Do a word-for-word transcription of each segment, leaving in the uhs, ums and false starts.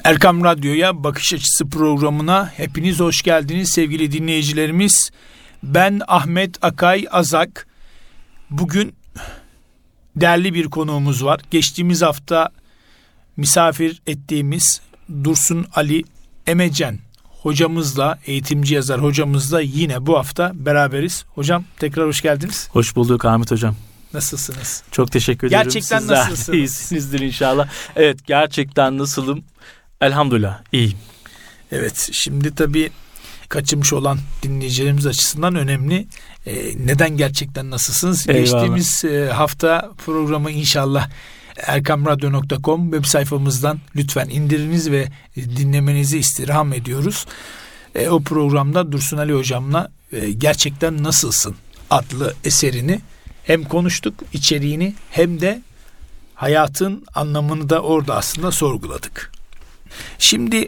Erkam Radyo'ya Bakış Açısı programına hepiniz hoş geldiniz sevgili dinleyicilerimiz. Ben Ahmet Akay Azak. Bugün değerli bir konuğumuz var. Geçtiğimiz hafta misafir ettiğimiz Dursun Ali Emecen hocamızla, eğitimci yazar hocamızla yine bu hafta beraberiz. Hocam tekrar hoş geldiniz. Hoş bulduk Ahmet Hocam. Nasılsınız? Çok teşekkür ederim. Gerçekten Sizler nasılsınız? İyisinizdir inşallah. Evet, gerçekten nasılım? Elhamdülillah iyiyim. Evet, şimdi tabii kaçırmış olan dinleyicilerimiz açısından önemli. Ee, neden gerçekten nasılsınız? Eyvallah. Geçtiğimiz e, hafta programı inşallah erkam radyo nokta com web sayfamızdan lütfen indiriniz ve dinlemenizi istirham ediyoruz. E, o programda Dursun Ali hocamla e, gerçekten nasılsın adlı eserini hem konuştuk, içeriğini hem de hayatın anlamını da orada aslında sorguladık. Şimdi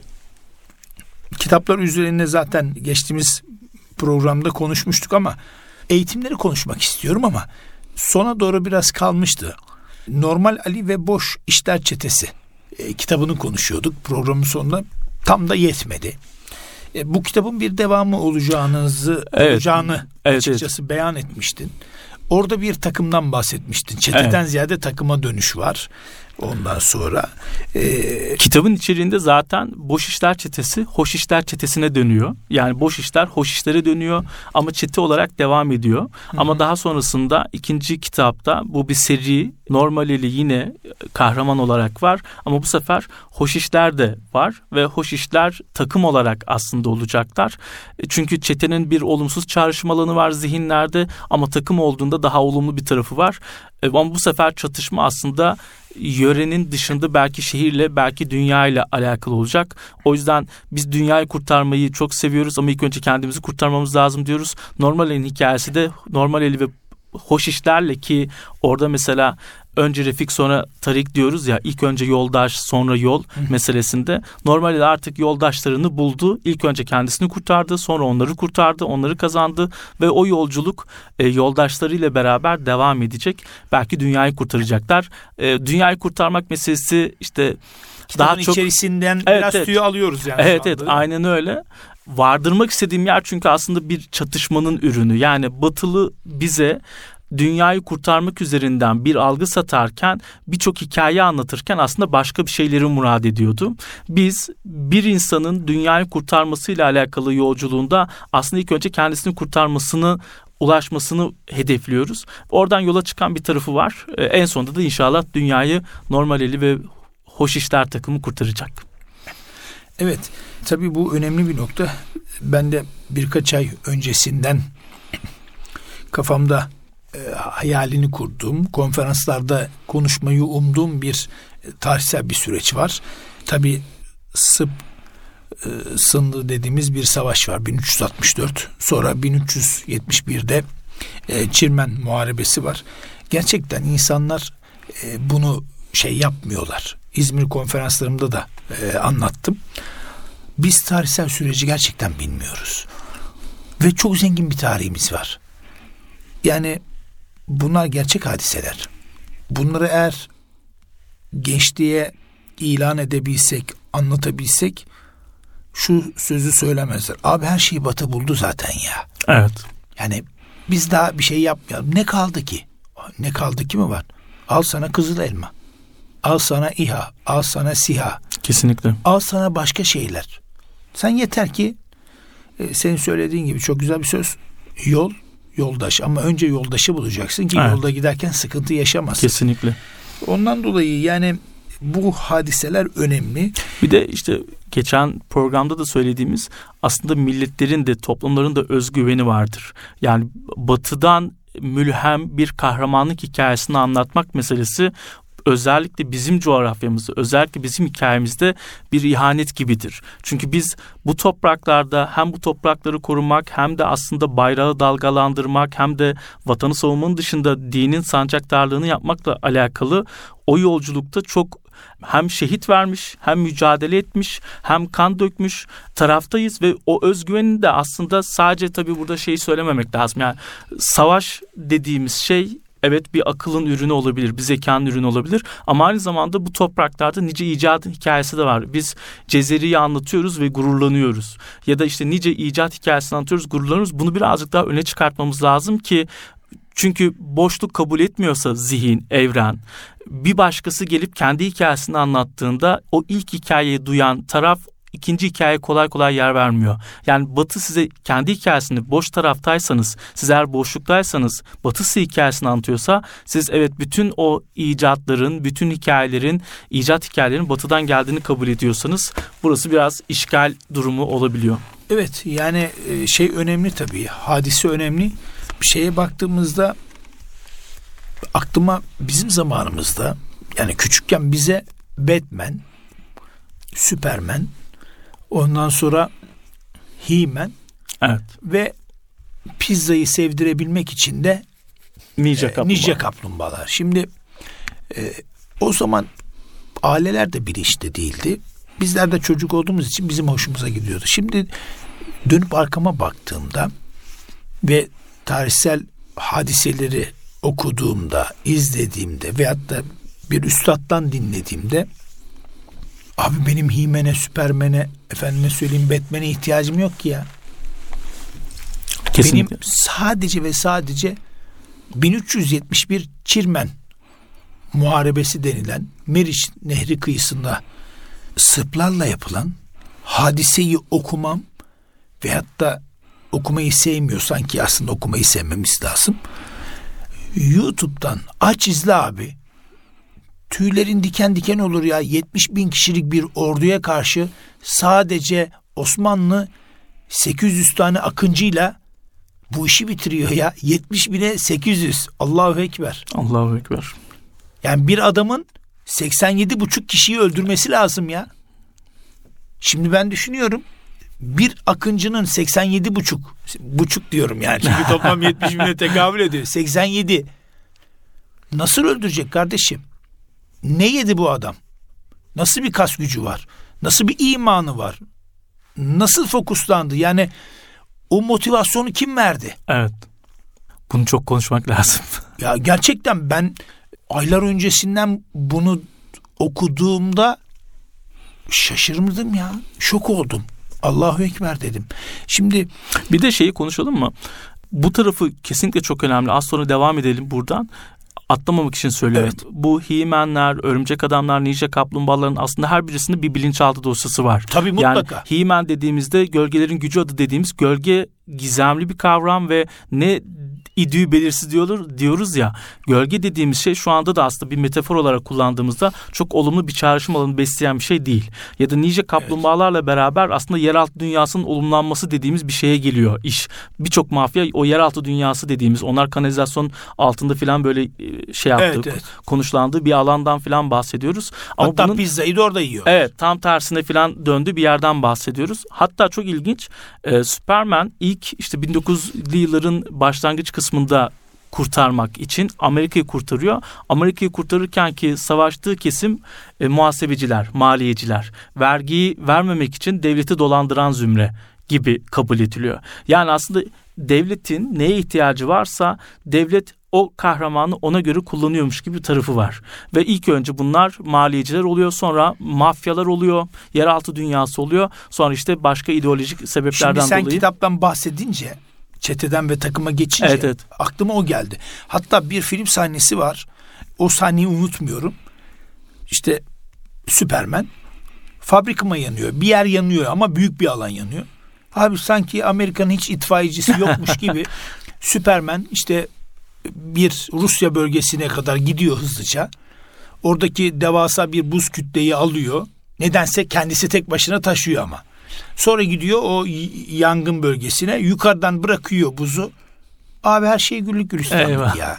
kitaplar üzerine zaten geçtiğimiz programda konuşmuştuk ama eğitimleri konuşmak istiyorum ama sona doğru biraz kalmıştı. Normal Ali ve Boş İşler Çetesi e, kitabını konuşuyorduk programın sonunda, tam da yetmedi. E, bu kitabın bir devamı olacağınızı evet. olacağını evet, açıkçası evet. beyan etmiştin. Orada bir takımdan bahsetmiştin. Çeteden evet. ziyade takıma dönüş var. Ondan sonra e... kitabın içeriğinde zaten Boş İşler Çetesi Hoş İşler Çetesi'ne dönüyor. Yani boş işler hoş işlere dönüyor ama çete olarak devam ediyor. Hı-hı. Ama daha sonrasında ikinci kitapta bu bir seri, Normal Ali yine kahraman olarak var ama bu sefer hoş işler de var ve hoş işler takım olarak aslında olacaklar. Çünkü çetenin bir olumsuz çağrışım alanı var zihinlerde ama takım olduğunda daha olumlu bir tarafı var. Ama bu sefer çatışma aslında yörenin dışında belki şehirle, belki dünyayla alakalı olacak. O yüzden biz dünyayı kurtarmayı çok seviyoruz ama ilk önce kendimizi kurtarmamız lazım diyoruz. Normal Ali'nin hikayesi de Normal Ali ve hoş işlerle, ki orada mesela önce Refik sonra Tarik diyoruz ya, ilk önce yoldaş sonra yol Hı. meselesinde Normal Ali artık yoldaşlarını buldu. İlk önce kendisini kurtardı, sonra onları kurtardı, onları kazandı ve o yolculuk e, yoldaşlarıyla beraber devam edecek. Belki dünyayı kurtaracaklar. E, dünyayı kurtarmak meselesi işte kitabın daha çok içerisinden evet, biraz evet. tüyü alıyoruz yani. Evet evet aynen öyle. Vardırmak istediğim yer çünkü aslında bir çatışmanın ürünü. Yani Batılı bize dünyayı kurtarmak üzerinden bir algı satarken, birçok hikaye anlatırken aslında başka bir şeyleri murad ediyordu. Biz bir insanın dünyayı kurtarmasıyla alakalı yolculuğunda aslında ilk önce kendisini kurtarmasını, ulaşmasını hedefliyoruz. Oradan yola çıkan bir tarafı var. Ee, en sonunda da inşallah dünyayı Normal Ali ve Hoş İşler takımı kurtaracak. Evet, tabii bu önemli bir nokta. Ben de birkaç ay öncesinden kafamda e, hayalini kurduğum, konferanslarda konuşmayı umduğum bir e, tarihsel bir süreç var. Tabii Sırp e, sınırı dediğimiz bir savaş var bin üç yüz altmış dört. Sonra bin üç yüz yetmiş birde e, Çirmen Muharebesi var. Gerçekten insanlar e, bunu şey yapmıyorlar. İzmir konferanslarımda da e, anlattım. Biz tarihsel süreci gerçekten bilmiyoruz. Ve çok zengin bir tarihimiz var. Yani bunlar gerçek hadiseler. Bunları eğer gençliğe ilan edebilsek, anlatabilsek şu sözü söylemezler. Abi her şeyi Batı buldu zaten ya. Evet. Yani biz daha bir şey yapmayalım. Ne kaldı ki? Ne kaldı ki mi var? Al sana Kızıl Elma. Al sana İHA. Al sana SİHA. Kesinlikle. Al sana başka şeyler. Sen yeter ki e, senin söylediğin gibi çok güzel bir söz. Yol, yoldaş. Ama önce yoldaşı bulacaksın ki evet. yolda giderken sıkıntı yaşamasın. Kesinlikle. Ondan dolayı yani bu hadiseler önemli. Bir de işte geçen programda da söylediğimiz aslında milletlerin de toplumların da özgüveni vardır. Yani batıdan mülhem bir kahramanlık hikayesini anlatmak meselesi özellikle bizim coğrafyamızda, özellikle bizim hikayemizde bir ihanet gibidir. Çünkü biz bu topraklarda hem bu toprakları korumak hem de aslında bayrağı dalgalandırmak hem de vatanı savunmanın dışında dinin sancaktarlığını yapmakla alakalı o yolculukta çok hem şehit vermiş, hem mücadele etmiş, hem kan dökmüş taraftayız ve o özgüveni de aslında sadece tabii burada şeyi söylememek lazım. Yani savaş dediğimiz şey evet bir akılın ürünü olabilir, bir zekanın ürünü olabilir ama aynı zamanda bu topraklarda nice icat hikayesi de var. Biz Cezeri'yi anlatıyoruz ve gururlanıyoruz. Ya da işte nice icat hikayesini anlatıyoruz, gururlanıyoruz. Bunu birazcık daha öne çıkartmamız lazım ki, çünkü boşluk kabul etmiyorsa zihin, evren, bir başkası gelip kendi hikayesini anlattığında o ilk hikayeyi duyan taraf ikinci hikayeye kolay kolay yer vermiyor. Yani Batı size kendi hikayesini, boş taraftaysanız, siz eğer boşluktaysanız, Batı size hikayesini anlatıyorsa, siz evet bütün o icatların, bütün hikayelerin, icat hikayelerin Batı'dan geldiğini kabul ediyorsanız, burası biraz işgal durumu olabiliyor. Evet, yani şey önemli tabii, hadise önemli. Bir şeye baktığımızda aklıma bizim zamanımızda, yani küçükken bize Batman, Superman, ondan sonra He-Man, evet, ve pizzayı sevdirebilmek için de Ninja, e, Ninja Kaplumbağalar. Şimdi e, o zaman aileler de bilinçli değildi. Bizler de çocuk olduğumuz için bizim hoşumuza gidiyordu. Şimdi dönüp arkama baktığımda ve tarihsel hadiseleri okuduğumda, izlediğimde veyahut da bir üstattan dinlediğimde, abi benim He-Man'e, Superman'e, efendime söyleyeyim Batman'e ihtiyacım yok ki ya. Kesinlikle. Benim sadece ve sadece bin üç yüz yetmiş bir Çirmen Muharebesi denilen Meriç Nehri kıyısında Sırplarla yapılan hadiseyi okumam veyahut da okumayı sevmiyorsan, ki aslında okumayı sevmemiz lazım, YouTube'dan aç izle abi. Tüylerin diken diken olur ya. yetmiş bin kişilik bir orduya karşı sadece Osmanlı sekiz yüz tane akıncıyla bu işi bitiriyor ya. yetmiş bine sekiz yüz. Allahu Ekber. Allahu Ekber. Yani bir adamın seksen yedi buçuk kişiyi öldürmesi lazım ya. Şimdi ben düşünüyorum. Bir akıncının seksen yedi buçuk, buçuk diyorum yani. Çünkü toplam yetmiş bine tekabül ediyor. seksen yedi. Nasıl öldürecek kardeşim? Ne yedi bu adam? Nasıl bir kas gücü var? Nasıl bir imanı var? Nasıl fokuslandı? Yani o motivasyonu kim verdi? Evet. Bunu çok konuşmak lazım. Ya gerçekten ben aylar öncesinden bunu okuduğumda şaşırmadım ya. Şok oldum. Allahu Ekber dedim. Şimdi bir de şeyi konuşalım mı? Bu tarafı kesinlikle çok önemli. Az sonra devam edelim buradan. Atlamamak için söylüyorum. Evet. Bu He-Man'ler, Örümcek Adamlar, Ninja Kaplumbağaların aslında her birisinin bir bilinçaltı dosyası var. Tabii mutlaka. Yani He-Man dediğimizde gölgelerin gücü adı dediğimiz, gölge gizemli bir kavram ve ne idüğü belirsiz diyoruz, diyoruz ya. Gölge dediğimiz şey şu anda da aslında bir metafor olarak kullandığımızda çok olumlu bir çağrışım alanı besleyen bir şey değil. Ya da Ninja Kaplumbağalarla evet. beraber aslında yeraltı dünyasının olumlanması dediğimiz bir şeye geliyor iş. Birçok mafya o yeraltı dünyası dediğimiz, onlar kanalizasyon altında falan böyle şey yaptık, evet, evet. konuşlandığı bir alandan falan bahsediyoruz. Ama hatta bunun, pizzayı da orada yiyor. Evet, tam tersine falan döndüğü bir yerden bahsediyoruz. Hatta çok ilginç, e, Superman ilk işte bin dokuz yüzlü yılların başlangıç kısmında kurtarmak için Amerika'yı kurtarıyor. Amerika'yı kurtarırken ki savaştığı kesim e, muhasebeciler, maliyeciler, vergiyi vermemek için devleti dolandıran zümre gibi kabul ediliyor. Yani aslında devletin neye ihtiyacı varsa devlet o kahramanı ona göre kullanıyormuş gibi bir tarafı var. Ve ilk önce bunlar maliyeciler oluyor, sonra mafyalar oluyor, yeraltı dünyası oluyor. Sonra işte başka ideolojik sebeplerden dolayı. Şimdi sen dolayı... kitaptan bahsedince, çeteden ve takıma geçince evet, evet. aklıma o geldi. Hatta bir film sahnesi var. O sahneyi unutmuyorum. İşte Superman fabrikama yanıyor. Bir yer yanıyor ama büyük bir alan yanıyor. Abi sanki Amerika'nın hiç itfaiyecisi yokmuş gibi Superman işte bir Rusya bölgesine kadar gidiyor hızlıca. Oradaki devasa bir buz kütleyi alıyor. Nedense kendisi tek başına taşıyor ama. Sonra gidiyor o yangın bölgesine, yukarıdan bırakıyor buzu. Abi her şey güllük gülistanlık ya.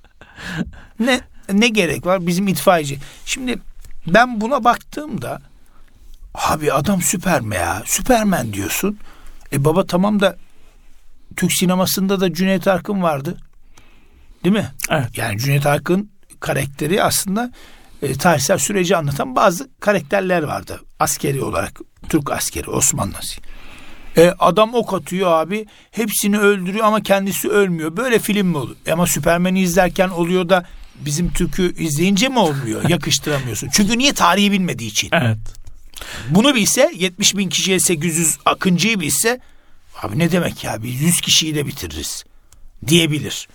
ne ne gerek var bizim itfaiyeci? Şimdi ben buna baktığımda abi adam Süpermen ya. Süpermen diyorsun. E baba tamam da Türk sinemasında da Cüneyt Arkın vardı. Değil mi? Evet. Yani Cüneyt Arkın karakteri aslında e, tarihsel süreci anlatan bazı karakterler vardı. Askeri olarak Türk askeri, Osmanlı askeri. E, adam ok atıyor abi. Hepsini öldürüyor ama kendisi ölmüyor. Böyle film mi olur? E, ama Süpermen'i izlerken oluyor da bizim Türk'ü izleyince mi olmuyor? Yakıştıramıyorsun. Çünkü niye? Tarihi bilmediği için. Evet. Bunu bilse, yetmiş bin kişiye sekiz yüz Akıncı'yı bilse, abi ne demek ya, biz yüz kişiyi de bitiririz diyebilir.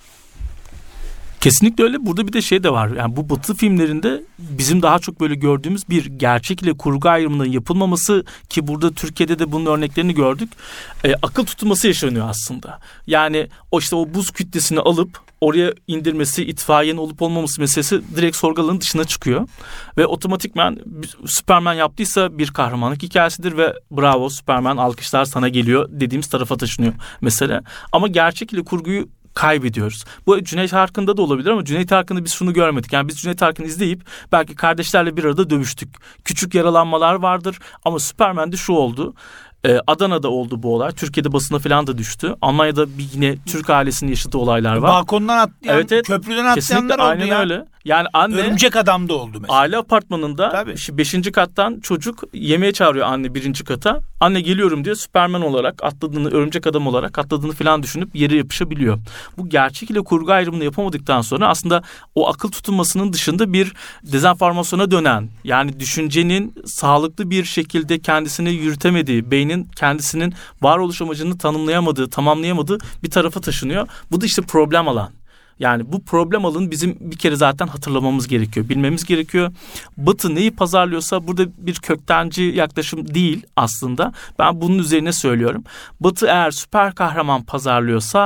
Kesinlikle öyle. Burada bir de şey de var. Yani bu Batı filmlerinde bizim daha çok böyle gördüğümüz bir gerçek ile kurgu ayrımının yapılmaması, ki burada Türkiye'de de bunun örneklerini gördük. E, akıl tutulması yaşanıyor aslında. Yani o işte o buz kütlesini alıp oraya indirmesi, itfaiyenin olup olmaması meselesi direkt sorgu alanının dışına çıkıyor. Ve otomatikman Süperman yaptıysa bir kahramanlık hikayesidir ve bravo Süperman, alkışlar sana geliyor dediğimiz tarafa taşınıyor mesela. Ama gerçek ile kurguyu kaybediyoruz. Bu Cüneyt Arkın'da da olabilir ama Cüneyt Arkın'da biz şunu görmedik. Yani biz Cüneyt Arkın'ı izleyip belki kardeşlerle bir arada dövüştük. Küçük yaralanmalar vardır ama Süpermen'de şu oldu. Ee, Adana'da oldu bu olay. Türkiye'de basına falan da düştü. Almanya'da bir yine Türk ailesinin yaşadığı olaylar var. Balkondan atlayan, evet, evet, köprüden atlayanlar oldu aynen ya. Öyle. Yani anne, Örümcek Adam'da oldu mesela. Aile apartmanında beşinci kattan çocuk yemeğe çağırıyor anne birinci kata. Anne geliyorum diyor. Süperman olarak atladığını, Örümcek Adam olarak atladığını falan düşünüp yere yapışabiliyor. Bu gerçek ile kurgu ayrımını yapamadıktan sonra aslında o akıl tutulmasının dışında bir dezenformasyona dönen, yani düşüncenin sağlıklı bir şekilde kendisini yürütemediği, beynin kendisinin varoluş amacını tanımlayamadığı, tamamlayamadığı bir tarafa taşınıyor. Bu da işte problem alan. Yani bu problem alanı bizim bir kere zaten hatırlamamız gerekiyor, bilmemiz gerekiyor. Batı neyi pazarlıyorsa burada bir köktenci yaklaşım değil aslında. Ben bunun üzerine söylüyorum. Batı eğer süper kahraman pazarlıyorsa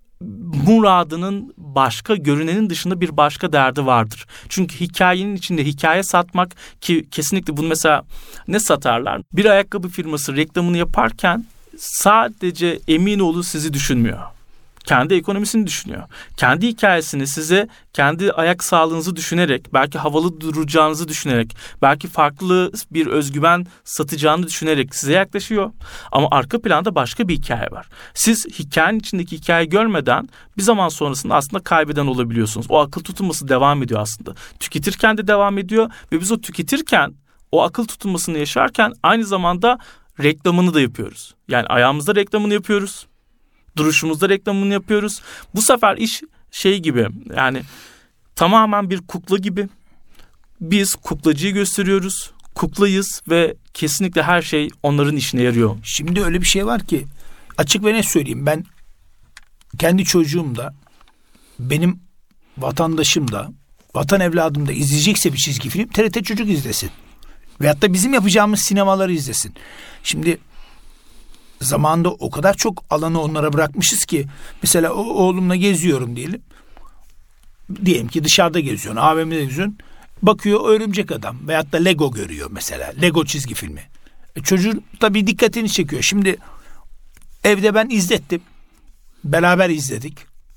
muradının başka, görünenin dışında bir başka derdi vardır. Çünkü hikayenin içinde hikaye satmak, ki kesinlikle bunu mesela ne satarlar? Bir ayakkabı firması reklamını yaparken sadece Eminoğlu sizi düşünmüyor. Kendi ekonomisini düşünüyor. Kendi hikayesini size kendi ayak sağlığınızı düşünerek, belki havalı duracağınızı düşünerek, belki farklı bir özgüven satacağını düşünerek size yaklaşıyor. Ama arka planda başka bir hikaye var. Siz hikayenin içindeki hikayeyi görmeden bir zaman sonrasında aslında kaybeden olabiliyorsunuz. O akıl tutulması devam ediyor aslında. Tüketirken de devam ediyor ve biz o tüketirken, o akıl tutulmasını yaşarken aynı zamanda reklamını da yapıyoruz. Yani ayağımızda reklamını yapıyoruz. Duruşumuzda reklamını yapıyoruz. Bu sefer iş şey gibi, yani tamamen bir kukla gibi. Biz kuklacıyı gösteriyoruz. Kuklayız ve kesinlikle her şey onların işine yarıyor. Şimdi öyle bir şey var ki, açık ve net söyleyeyim, ben kendi çocuğum da, benim vatandaşım da, vatan evladım da izleyecekse bir çizgi film T R T Çocuk izlesin. Veyahut da bizim yapacağımız sinemaları izlesin. Şimdi zamanında o kadar çok alanı onlara bırakmışız ki, mesela o, oğlumla geziyorum diyelim. Diyelim ki dışarıda geziyorsun, A V M'de geziyorsun. Bakıyor Örümcek Adam veyahut da Lego görüyor mesela. Lego çizgi filmi. E, çocuğun tabii dikkatini çekiyor. Şimdi evde ben izlettim. Beraber izledik.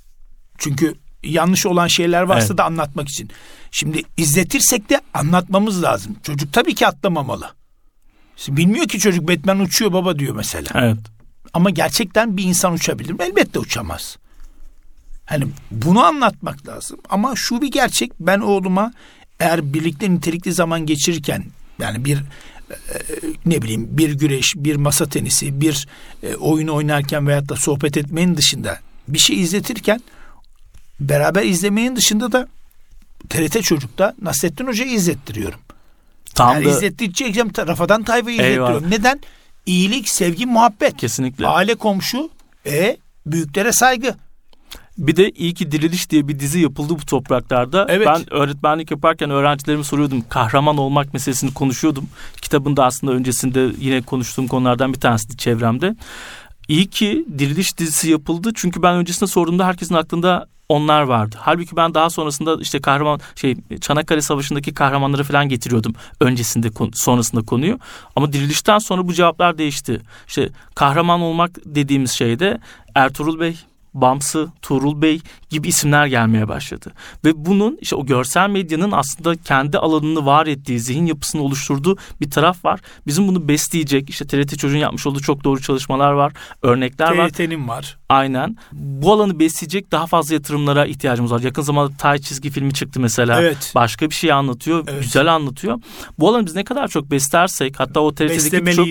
Çünkü yanlış olan şeyler varsa evet, da anlatmak için. Şimdi izletirsek de anlatmamız lazım. Çocuk tabii ki atlamamalı. Bilmiyor ki çocuk, Batman uçuyor baba diyor mesela. Evet. Ama gerçekten bir insan uçabilir mi? Elbette uçamaz. Hani bunu anlatmak lazım. Ama şu bir gerçek, ben oğluma eğer birlikte nitelikli zaman geçirirken, yani bir e, ne bileyim bir güreş, bir masa tenisi, bir e, oyun oynarken veyahut da sohbet etmenin dışında bir şey izletirken, beraber izlemenin dışında da T R T Çocuk'ta Nasrettin Hoca'yı izlettiriyorum. Tam yani da izlettireceğim, Rafadan Tayfa'yı izlettiriyorum. Neden? İyilik, sevgi, muhabbet. Kesinlikle. Aile, komşu, e büyüklere saygı. Bir de iyi ki Diriliş diye bir dizi yapıldı bu topraklarda. Evet. Ben öğretmenlik yaparken öğrencilerime soruyordum. Kahraman olmak meselesini konuşuyordum. Kitabında aslında öncesinde yine konuştuğum konulardan bir tanesi çevremde. İyi ki Diriliş dizisi yapıldı. Çünkü ben öncesinde sorduğumda herkesin aklında onlar vardı. Halbuki ben daha sonrasında işte kahraman şey Çanakkale Savaşı'ndaki kahramanları falan getiriyordum. Öncesinde sonrasında konuyu. Ama Diriliş'ten sonra bu cevaplar değişti. İşte kahraman olmak dediğimiz şeyde Ertuğrul Bey, Bamsı, Tuğrul Bey gibi isimler gelmeye başladı. Ve bunun işte o görsel medyanın aslında kendi alanını var ettiği, zihin yapısını oluşturduğu bir taraf var. Bizim bunu besleyecek, işte T R T Çocuğun yapmış olduğu çok doğru çalışmalar var, örnekler var. T R T'nin var. Aynen. Bu alanı besleyecek daha fazla yatırımlara ihtiyacımız var. Yakın zamanda Tay çizgi filmi çıktı mesela. Evet. Başka bir şey anlatıyor, evet, güzel anlatıyor. Bu alanı biz ne kadar çok beslersek, hatta o T R T'deki çok... de.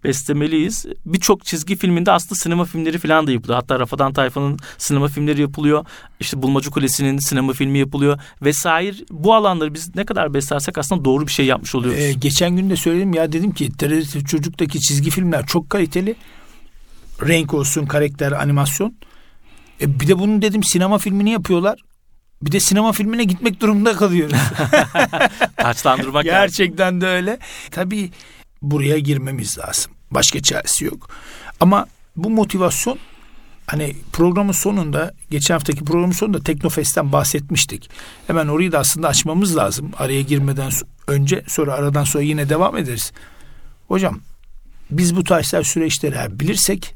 beslemeliyiz. Birçok çizgi filminde aslında sinema filmleri falan da yapılıyor. Hatta Rafadan Tayfa'nın sinema filmleri yapılıyor. İşte Bulmaca Kulesi'nin sinema filmi yapılıyor vesaire. Bu alanları biz ne kadar beslersek aslında doğru bir şey yapmış oluyoruz. Ee, geçen gün de söyledim ya, dedim ki T R T Çocuk'taki çizgi filmler çok kaliteli. Renk olsun, karakter, animasyon. E, bir de bunun dedim sinema filmini yapıyorlar. Bir de sinema filmine gitmek durumunda kalıyoruz. Taçlandırmak gerçekten de öyle. Tabii buraya girmemiz lazım. Başka çaresi yok. Ama bu motivasyon, hani programın sonunda, geçen haftaki programın sonunda Teknofest'ten bahsetmiştik. Hemen orayı da aslında açmamız lazım. Araya girmeden önce, sonra aradan sonra yine devam ederiz. Hocam, biz bu tarihsel süreçleri bilirsek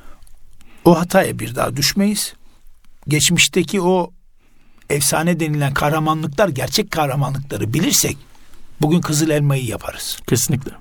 o hataya bir daha düşmeyiz. Geçmişteki o efsane denilen kahramanlıklar, gerçek kahramanlıkları bilirsek bugün Kızıl Elma'yı yaparız. Kesinlikle.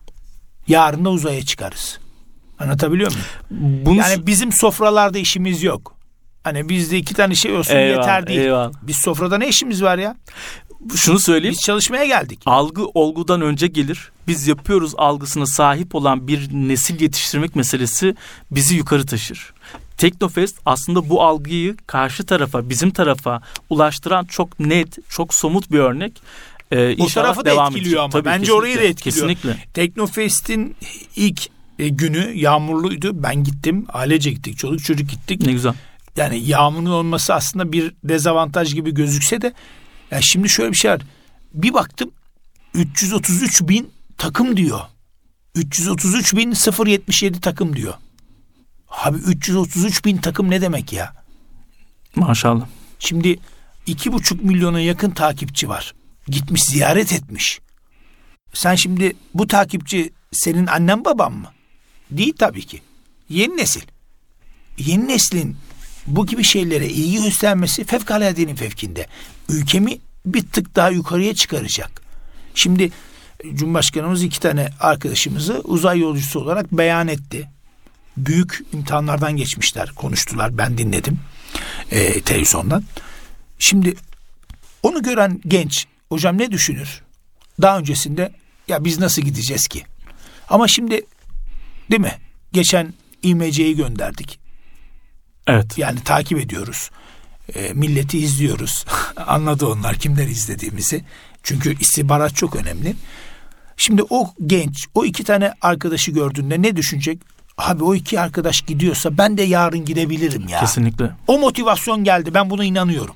Yarın da uzaya çıkarız. Anlatabiliyor muyum? Bunu... Yani bizim sofralarda işimiz yok. Hani bizde iki tane şey olsun eyvallah, yeter değil. Eyvallah. Biz sofrada ne işimiz var ya? Şunu söyleyeyim. Biz çalışmaya geldik. Algı olgudan önce gelir. Biz yapıyoruz algısına sahip olan bir nesil yetiştirmek meselesi bizi yukarı taşır. Teknofest aslında bu algıyı karşı tarafa, bizim tarafa ulaştıran çok net, çok somut bir örnek. Ee, o tarafı da etkiliyor edecek. Ama. Tabii, bence kesinlikle, orayı da etkiliyor. Kesinlikle. Teknofest'in ilk e, günü yağmurluydu. Ben gittim. Ailece gittik. Çoluk çocuk gittik. Ne güzel. Yani yağmurun olması aslında bir dezavantaj gibi gözükse de ya şimdi şöyle bir şey var. Bir baktım üç yüz otuz üç bin takım diyor. üç yüz otuz üç bin sıfır virgül yetmiş yedi takım diyor. Abi üç yüz otuz üç bin takım ne demek ya? Maşallah. Şimdi iki buçuk milyona yakın takipçi var. Gitmiş, ziyaret etmiş. Sen şimdi bu takipçi senin annen baban mı? Değil tabii ki. Yeni nesil. Yeni neslin bu gibi şeylere ilgi göstermesi fevkaladenin fevkinde. Ülkemi bir tık daha yukarıya çıkaracak. Şimdi Cumhurbaşkanımız iki tane arkadaşımızı uzay yolcusu olarak beyan etti. Büyük imtihanlardan geçmişler, konuştular. Ben dinledim e, televizyondan. Şimdi onu gören genç hocam ne düşünür? Daha öncesinde ya biz nasıl gideceğiz ki? Ama şimdi değil mi? Geçen İ M C'yi gönderdik. Evet. Yani takip ediyoruz. E, milleti izliyoruz. Anladı onlar kimler izlediğimizi. Çünkü istihbarat çok önemli. Şimdi o genç, o iki tane arkadaşı gördüğünde ne düşünecek? Abi o iki arkadaş gidiyorsa ben de yarın gidebilirim ya. Kesinlikle. O motivasyon geldi. Ben buna inanıyorum.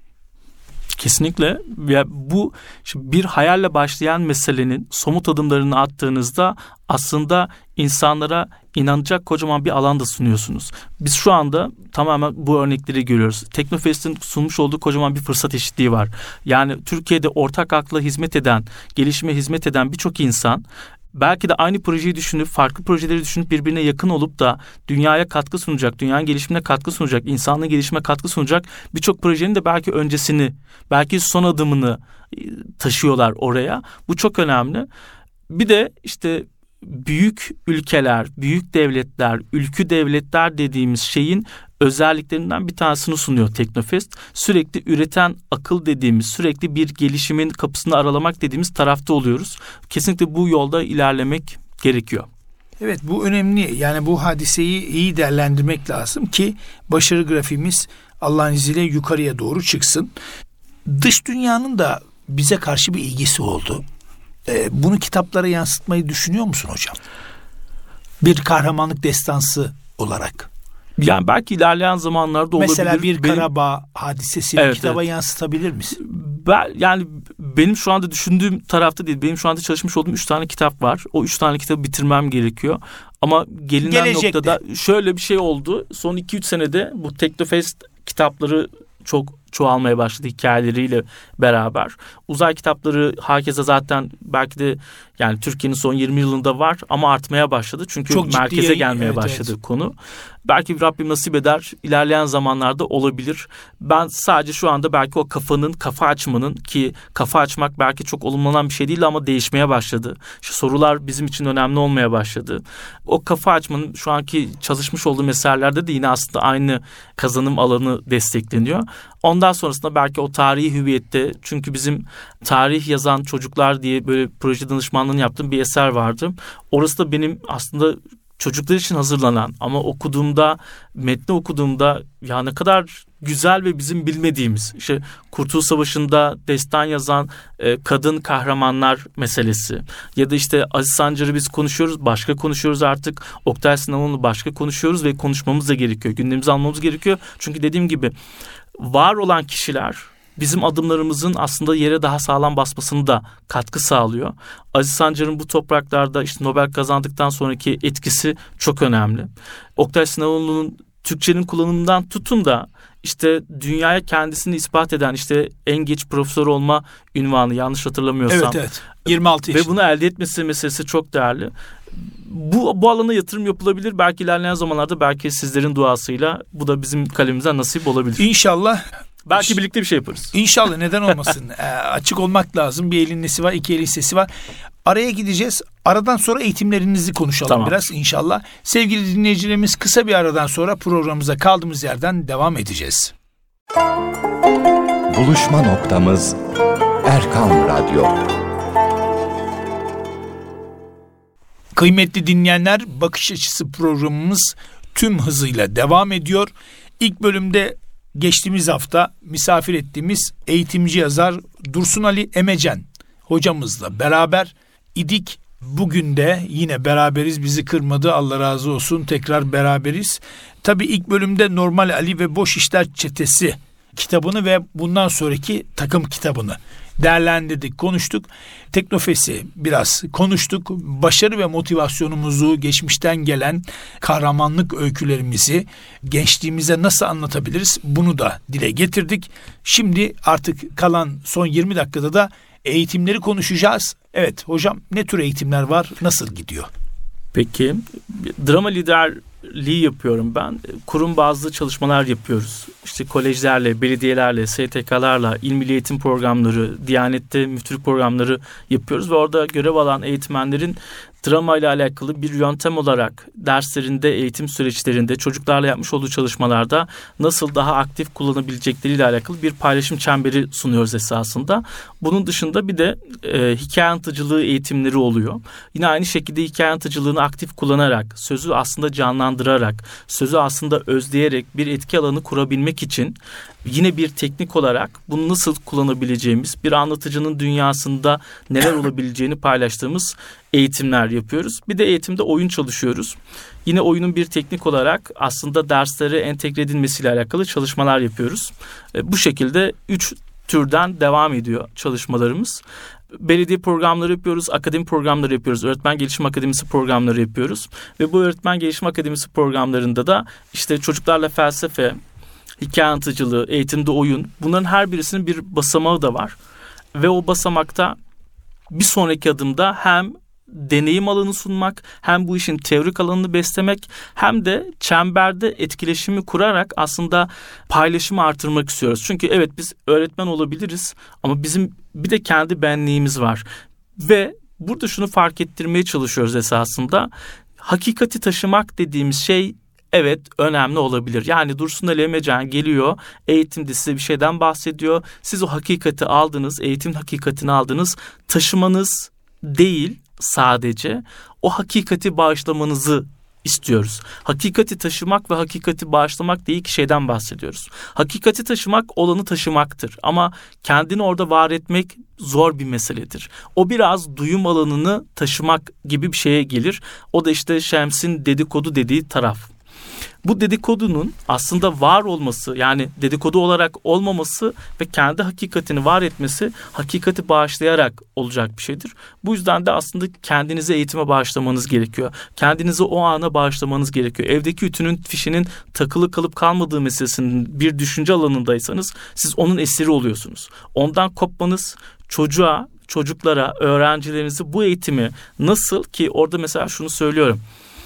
Kesinlikle. Ya bu bir hayalle başlayan meselenin somut adımlarını attığınızda aslında insanlara inanacak kocaman bir alanda sunuyorsunuz. Biz şu anda tamamen bu örnekleri görüyoruz. Teknofest'in sunmuş olduğu kocaman bir fırsat eşitliği var. Yani Türkiye'de ortak akla hizmet eden, gelişime hizmet eden birçok insan belki de aynı projeyi düşünüp, farklı projeleri düşünüp birbirine yakın olup da dünyaya katkı sunacak, dünyanın gelişimine katkı sunacak, insanlığın gelişime katkı sunacak birçok projenin de belki öncesini, belki son adımını taşıyorlar oraya. Bu çok önemli. Bir de işte büyük ülkeler, büyük devletler, ülkü devletler dediğimiz şeyin özelliklerinden bir tanesini sunuyor Teknofest. Sürekli üreten akıl dediğimiz, sürekli bir gelişimin kapısını aralamak dediğimiz tarafta oluyoruz. Kesinlikle bu yolda ilerlemek gerekiyor. Evet, bu önemli. Yani bu hadiseyi iyi değerlendirmek lazım ki başarı grafiğimiz Allah'ın izniyle yukarıya doğru çıksın. Dış dünyanın da bize karşı bir ilgisi oldu. Ee, bunu kitaplara yansıtmayı düşünüyor musun hocam? Bir kahramanlık destansı olarak. Yani belki ilerleyen zamanlarda olabilir. Mesela bir benim... Karabağ hadisesini evet, kitaba evet. yansıtabilir misin? Ben, yani benim şu anda düşündüğüm tarafta değil. Benim şu anda çalışmış olduğum üç tane kitap var. O üç tane kitabı bitirmem gerekiyor. Ama gelinen Gelecekte. noktada şöyle bir şey oldu. Son iki üç senede bu Teknofest kitapları çok çoğalmaya başladı hikayeleriyle beraber. Uzay kitapları herkese zaten belki de yani Türkiye'nin son yirmi yılında var ama artmaya başladı. Çünkü çok merkeze yayın, gelmeye evet, başladı evet. konu. Belki Rabbim nasip eder ilerleyen zamanlarda olabilir. Ben sadece şu anda belki o kafanın, kafa açmanın ki kafa açmak belki çok olumlanan bir şey değil ama değişmeye başladı. Şu sorular bizim için önemli olmaya başladı. O kafa açmanın şu anki çalışmış olduğu meselelerde de yine aslında aynı kazanım alanı destekleniyor. Ondan sonrasında belki o tarihi hüviyette çünkü bizim tarih yazan çocuklar diye böyle proje danışmanlığı danışmanlığını yaptığım bir eser vardı. Orası da benim aslında çocuklar için hazırlanan ama okuduğumda, metni okuduğumda ya ne kadar güzel ve bizim bilmediğimiz, işte Kurtuluş Savaşı'nda destan yazan e, kadın kahramanlar meselesi ya da işte Aziz Sancar'ı biz konuşuyoruz, başka konuşuyoruz artık, Oktay Sinamoğlu'nu başka konuşuyoruz ve konuşmamız da gerekiyor, gündemimize almamız gerekiyor. Çünkü dediğim gibi var olan kişiler bizim adımlarımızın aslında yere daha sağlam basmasını da katkı sağlıyor. Aziz Sancar'ın bu topraklarda işte Nobel kazandıktan sonraki etkisi çok önemli. Oktay Sinamoğlu'nun Türkçenin kullanımından tutun da işte dünyaya kendisini ispat eden işte en geç profesör olma ünvanı, yanlış hatırlamıyorsam. Evet evet. yirmi altı yaşında. Ve bunu elde etmesi meselesi çok değerli. Bu, bu alana yatırım yapılabilir. Belki ilerleyen zamanlarda belki sizlerin duasıyla bu da bizim kalemimize nasip olabilir. İnşallah. Belki birlikte bir şey yaparız. İnşallah, neden olmasın. e, açık olmak lazım. Bir elin nesi var, iki elin sesi var. Araya gideceğiz. Aradan sonra eğitimlerinizi konuşalım tamam. biraz inşallah. Sevgili dinleyicilerimiz, kısa bir aradan sonra programımıza kaldığımız yerden devam edeceğiz. Buluşma noktamız Erkam Radyo. Kıymetli dinleyenler, Bakış Açısı programımız tüm hızıyla devam ediyor. İlk bölümde geçtiğimiz hafta misafir ettiğimiz eğitimci yazar Dursun Ali Emecen hocamızla beraber idik. Bugün de yine beraberiz, bizi kırmadı, Allah razı olsun, tekrar beraberiz. Tabii ilk bölümde Normal Ali ve Boş İşler Çetesi kitabını ve bundan sonraki takım kitabını değerlendirdik, konuştuk. Teknofest'i biraz konuştuk. Başarı ve motivasyonumuzu, geçmişten gelen kahramanlık öykülerimizi gençliğimize nasıl anlatabiliriz? Bunu da dile getirdik. Şimdi artık kalan son yirmi dakikada da eğitimleri konuşacağız. Evet hocam, ne tür eğitimler var? Nasıl gidiyor? Peki, drama liderliği yapıyorum ben. Kurum bazlı çalışmalar yapıyoruz. İşte kolejlerle, belediyelerle, S T K'larla, İl Milli Eğitim programları, Diyanet'te müftülük programları yapıyoruz. Ve orada görev alan eğitmenlerin drama ile alakalı bir yöntem olarak derslerinde, eğitim süreçlerinde, çocuklarla yapmış olduğu çalışmalarda nasıl daha aktif kullanabilecekleriyle alakalı bir paylaşım çemberi sunuyoruz esasında. Bunun dışında bir de e, hikaye anlatıcılığı eğitimleri oluyor. Yine aynı şekilde hikaye anlatıcılığını aktif kullanarak, sözü aslında canlandırarak, sözü aslında özleyerek bir etki alanı kurabilmek için yine bir teknik olarak bunu nasıl kullanabileceğimiz, bir anlatıcının dünyasında neler olabileceğini paylaştığımız eğitimler yapıyoruz. Bir de eğitimde oyun çalışıyoruz. Yine oyunun bir teknik olarak aslında derslere entegre edilmesiyle alakalı çalışmalar yapıyoruz. Bu şekilde üç türden devam ediyor çalışmalarımız. Belediye programları yapıyoruz, akademi programları yapıyoruz, öğretmen gelişim akademisi programları yapıyoruz. Ve bu öğretmen gelişim akademisi programlarında da işte çocuklarla felsefe, hikaye anlatıcılığı, eğitimde oyun, bunların her birisinin bir basamağı da var. Ve o basamakta bir sonraki adımda hem deneyim alanı sunmak, hem bu işin teorik alanını beslemek, hem de çemberde etkileşimi kurarak aslında paylaşımı artırmak istiyoruz. Çünkü evet, biz öğretmen olabiliriz ama bizim bir de kendi benliğimiz var. Ve burada şunu fark ettirmeye çalışıyoruz esasında. Hakikati taşımak dediğimiz şey evet önemli olabilir. Yani Dursun Ali Emecen geliyor, eğitimde size bir şeyden bahsediyor. Siz o hakikati aldınız, eğitim hakikatini aldınız. Taşımanız değil sadece, o hakikati bağışlamanızı istiyoruz. Hakikati taşımak ve hakikati bağışlamak diye iki şeyden bahsediyoruz. Hakikati taşımak olanı taşımaktır ama kendini orada var etmek zor bir meseledir. O biraz duyum alanını taşımak gibi bir şeye gelir. O da işte Şems'in dedikodu dediği taraf. Bu dedikodunun aslında var olması, yani dedikodu olarak olmaması ve kendi hakikatini var etmesi hakikati bağışlayarak olacak bir şeydir. Bu yüzden de aslında kendinize eğitime bağışlamanız gerekiyor. Kendinizi o ana bağışlamanız gerekiyor. Evdeki ütünün fişinin takılı kalıp kalmadığı meselesinin bir düşünce alanındaysanız siz onun esiri oluyorsunuz. Ondan kopmanız, çocuğa, çocuklara, öğrencilerinizi bu eğitimi nasıl ki orada mesela şunu söylüyorum.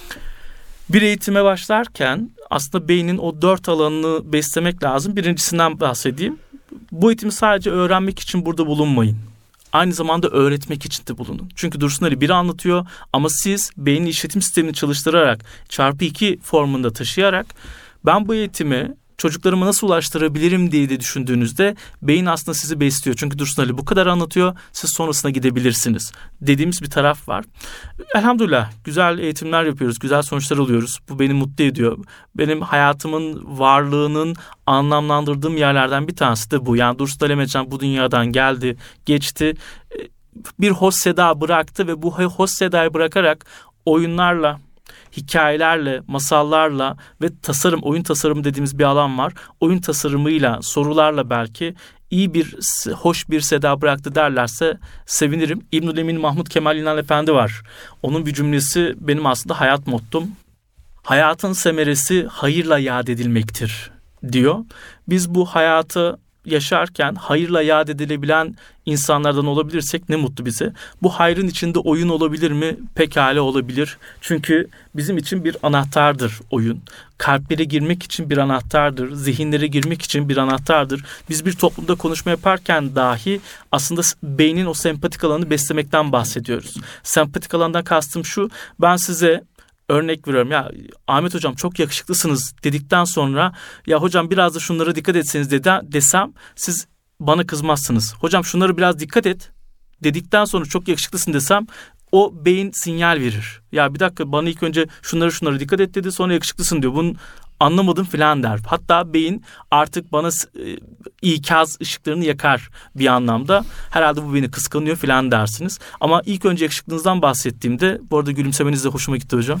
Bir eğitime başlarken aslında beynin o dört alanını beslemek lazım. Birincisinden bahsedeyim. Bu eğitimi sadece öğrenmek için burada bulunmayın. Aynı zamanda öğretmek için de bulunun. Çünkü Dursun Ali biri anlatıyor ama siz beynin işletim sistemini çalıştırarak, çarpı iki formunda taşıyarak ben bu eğitimi çocuklarıma nasıl ulaştırabilirim diye de düşündüğünüzde beyin aslında sizi besliyor. Çünkü Dursun Ali bu kadar anlatıyor, siz sonrasına gidebilirsiniz dediğimiz bir taraf var. Elhamdülillah güzel eğitimler yapıyoruz, güzel sonuçlar alıyoruz. Bu beni mutlu ediyor. Benim hayatımın varlığının anlamlandırdığım yerlerden bir tanesi de bu. Yani Dursun Ali Mecan bu dünyadan geldi, geçti. Bir hoş seda bıraktı ve bu hoş sedayı bırakarak oyunlarla, hikayelerle, masallarla ve tasarım, oyun tasarımı dediğimiz bir alan var. Oyun tasarımıyla, sorularla belki iyi bir, hoş bir seda bıraktı derlerse sevinirim. İbnül Emin Mahmud Kemal İnan Efendi var. Onun bir cümlesi benim aslında hayat mottom. Hayatın semeresi hayırla yad edilmektir diyor. Biz bu hayatı yaşarken hayırla yad edilebilen insanlardan olabilirsek ne mutlu bize. Bu hayrın içinde oyun olabilir mi? Pekala olabilir. Çünkü bizim için bir anahtardır oyun. Kalplere girmek için bir anahtardır. Zihinlere girmek için bir anahtardır. Biz bir toplumda konuşma yaparken dahi aslında beynin o sempatik alanı beslemekten bahsediyoruz. Sempatik alandan kastım şu: ben size örnek veriyorum, ya Ahmet hocam çok yakışıklısınız dedikten sonra ya hocam biraz da şunlara dikkat etseniz de, desem siz bana kızmazsınız. Hocam şunları biraz dikkat et dedikten sonra çok yakışıklısın desem o beyin sinyal verir. Ya bir dakika, bana ilk önce şunları şunları dikkat et dedi, sonra yakışıklısın diyor. Bunun anlamadım filan der. Hatta beyin artık bana e, ikaz ışıklarını yakar bir anlamda. Herhalde bu beni kıskanıyor filan dersiniz. Ama ilk önce yakışıklığınızdan bahsettiğimde, bu arada gülümsemeniz de hoşuma gitti hocam.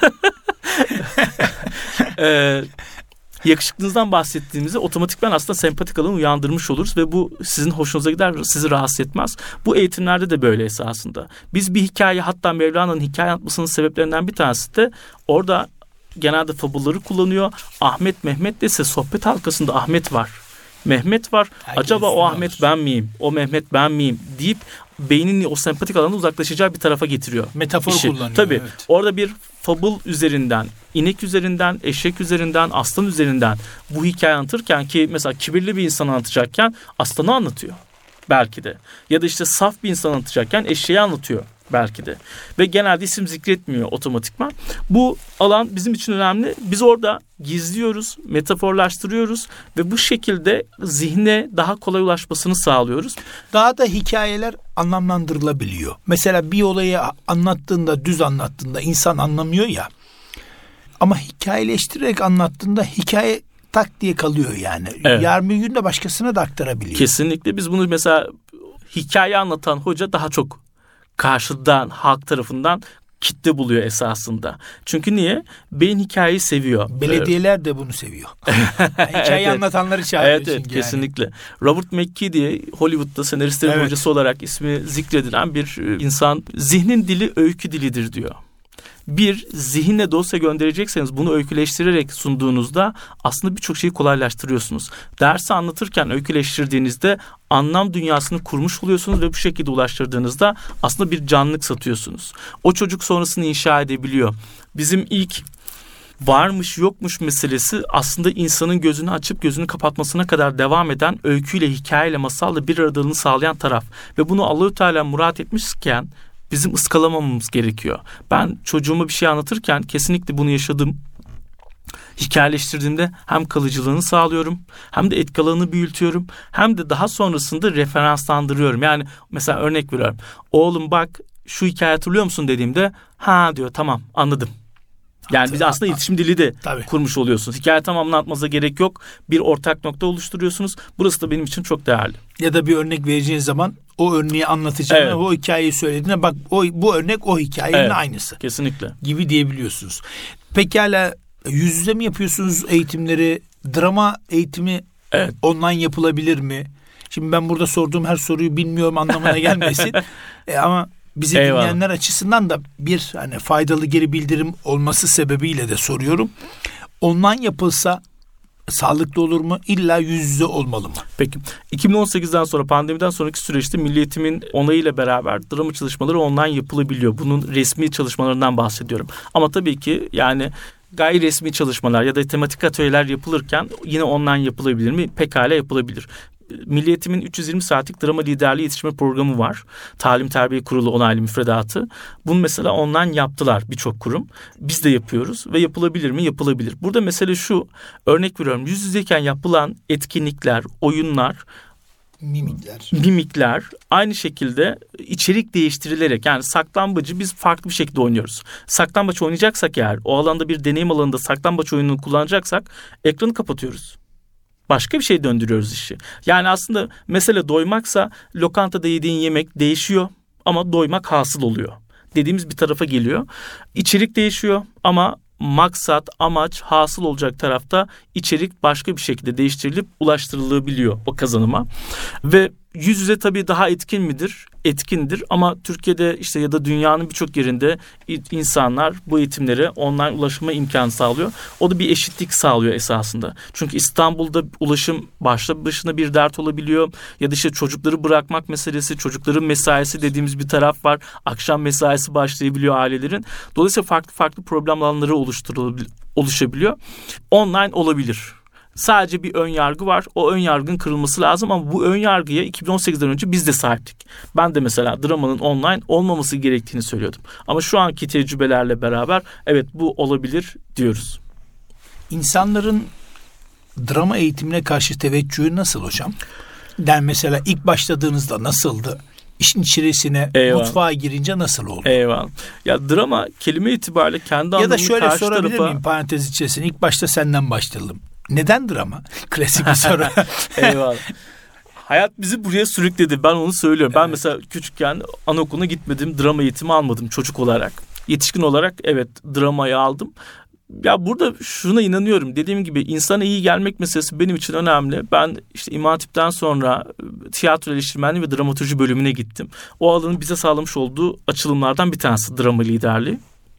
e, yakışıklığınızdan bahsettiğimizde otomatikman aslında sempatik alanı uyandırmış oluruz ve bu sizin hoşunuza gider, sizi rahatsız etmez. Bu eğitimlerde de böyle esasında. Biz bir hikaye, hatta Mevlana'nın hikaye anlatmasının sebeplerinden bir tanesi de orada genelde fabulları kullanıyor. Ahmet Mehmet dese sohbet halkasında Ahmet var, Mehmet var. Herkes acaba o Ahmet olur, ben miyim? O Mehmet ben miyim? Deyip beynin o sempatik alanı uzaklaşacağı bir tarafa getiriyor. Metafor işi kullanıyor. Tabii. Evet. Orada bir fabul üzerinden, inek üzerinden, eşek üzerinden, aslan üzerinden bu hikaye anlatırken, ki mesela kibirli bir insan anlatacakken aslanı anlatıyor belki de. Ya da işte saf bir insan anlatacakken eşeği anlatıyor belki de. Ve genelde isim zikretmiyor otomatikman. Bu alan bizim için önemli. Biz orada gizliyoruz, metaforlaştırıyoruz ve bu şekilde zihne daha kolay ulaşmasını sağlıyoruz. Daha da hikayeler anlamlandırılabiliyor. Mesela bir olayı anlattığında, düz anlattığında insan anlamıyor ya. Ama hikayeleştirerek anlattığında hikaye tak diye kalıyor yani. Evet. Yarın bir gün de başkasına da aktarabiliyor. Kesinlikle. Biz bunu mesela hikaye anlatan hoca daha çok karşıdan, halk tarafından kitle buluyor esasında. Çünkü niye? Beyin hikayeyi seviyor. Belediyeler de bunu seviyor. Hikaye evet, anlatanları çağırıyor. Evet, evet, kesinlikle. Yani. Robert McKee diye Hollywood'da senaristlerin evet. hocası olarak ismi zikredilen bir insan, zihnin dili öykü dilidir diyor. Bir, zihinle dosya gönderecekseniz bunu öyküleştirerek sunduğunuzda aslında birçok şeyi kolaylaştırıyorsunuz. Dersi anlatırken öyküleştirdiğinizde anlam dünyasını kurmuş oluyorsunuz ve bu şekilde ulaştırdığınızda aslında bir canlılık satıyorsunuz. O çocuk sonrasını inşa edebiliyor. Bizim ilk varmış yokmuş meselesi aslında insanın gözünü açıp gözünü kapatmasına kadar devam eden öyküyle, hikayeyle, masalla bir aradalığını sağlayan taraf. Ve bunu Allah-u Teala murat etmişken bizim ıskalamamamız gerekiyor. Ben çocuğuma bir şey anlatırken kesinlikle bunu yaşadım. Hikayeleştirdiğimde hem kalıcılığını sağlıyorum, hem de etki alanını büyütüyorum, hem de daha sonrasında referanslandırıyorum. Yani mesela örnek veriyorum. Oğlum bak şu hikaye hatırlıyor musun dediğimde ha diyor, tamam anladım. Yani biz aslında iletişim dili de Tabii. kurmuş oluyorsunuz. Hikaye tamamını atmanıza gerek yok. Bir ortak nokta oluşturuyorsunuz. Burası da benim için çok değerli. Ya da bir örnek vereceğiniz zaman o örneği anlatacağına evet. o hikayeyi söylediğine bak o bu örnek o hikayenin evet. aynısı. Kesinlikle. Gibi diyebiliyorsunuz. Pekala yüz yüze mi yapıyorsunuz eğitimleri? Drama eğitimi evet. online yapılabilir mi? Şimdi ben burada sorduğum her soruyu bilmiyorum anlamına gelmesin. e, ama bizi Eyvallah. dinleyenler açısından da bir hani faydalı geri bildirim olması sebebiyle de soruyorum. Online yapılsa sağlıklı olur mu? İlla yüz yüze olmalı mı? Peki. iki bin on sekizden sonra, pandemiden sonraki süreçte Milli Eğitim'in onayıyla beraber drama çalışmaları online yapılabiliyor. Bunun resmi çalışmalarından bahsediyorum. Ama tabii ki yani gayri resmi çalışmalar ya da tematik atölyeler yapılırken yine online yapılabilir mi? Pekala yapılabilir. Milli Eğitim'in üç yüz yirmi saatlik drama liderliği yetiştirme programı var. Talim Terbiye Kurulu onaylı müfredatı. Bunu mesela online yaptılar birçok kurum. Biz de yapıyoruz ve yapılabilir mi? Yapılabilir. Burada mesele şu, örnek veriyorum, yüz yüzeyken yapılan etkinlikler, oyunlar, Mimikler. Mimikler aynı şekilde içerik değiştirilerek, yani saklambacı biz farklı bir şekilde oynuyoruz. Saklambaç oynayacaksak eğer, o alanda bir deneyim alanında saklambaç oyununu kullanacaksak ekranı kapatıyoruz. Başka bir şey döndürüyoruz işi. Yani aslında mesele doymaksa lokantada yediğin yemek değişiyor ama doymak hasıl oluyor dediğimiz bir tarafa geliyor. İçerik değişiyor ama maksat, amaç, hasıl olacak tarafta içerik başka bir şekilde değiştirilip ulaştırılabiliyor o kazanıma. Ve yüz yüze tabii daha etkin midir? Etkindir ama Türkiye'de işte ya da dünyanın birçok yerinde insanlar bu eğitimlere online ulaşma imkanı sağlıyor. O da bir eşitlik sağlıyor esasında. Çünkü İstanbul'da ulaşım başlı başına bir dert olabiliyor. Ya da işte çocukları bırakmak meselesi, çocukların mesaisi dediğimiz bir taraf var. Akşam mesaisi başlayabiliyor ailelerin. Dolayısıyla farklı farklı problem alanları oluşabiliyor. Online olabilir. Sadece bir ön yargı var. O ön yargının kırılması lazım ama bu ön yargıya iki bin on sekizden önce biz de sahiptik. Ben de mesela dramanın online olmaması gerektiğini söylüyordum. Ama şu anki tecrübelerle beraber evet bu olabilir diyoruz. İnsanların drama eğitimine karşı teveccühü nasıl hocam? Yani mesela ilk başladığınızda nasıldı? İşin içerisine, Eyvallah. Mutfağa girince nasıl oldu? Eyvallah. Ya drama kelime itibariyle kendi anlamını karşı tarafa... Ya da şöyle sorabilir miyim parantez içerisinde? İlk başta senden başlayalım. Neden drama? Klasik bir soru. Eyvallah. Hayat bizi buraya sürükledi. Ben onu söylüyorum. Evet. Ben mesela küçükken anaokuluna gitmedim. Drama eğitimi almadım çocuk olarak. Yetişkin olarak evet dramayı aldım. Ya burada şuna inanıyorum. Dediğim gibi insana iyi gelmek meselesi benim için önemli. Ben işte İmam Hatip'ten sonra tiyatro eleştirmenliği ve dramatürji bölümüne gittim. O alanın bize sağlamış olduğu açılımlardan bir tanesi drama liderliği.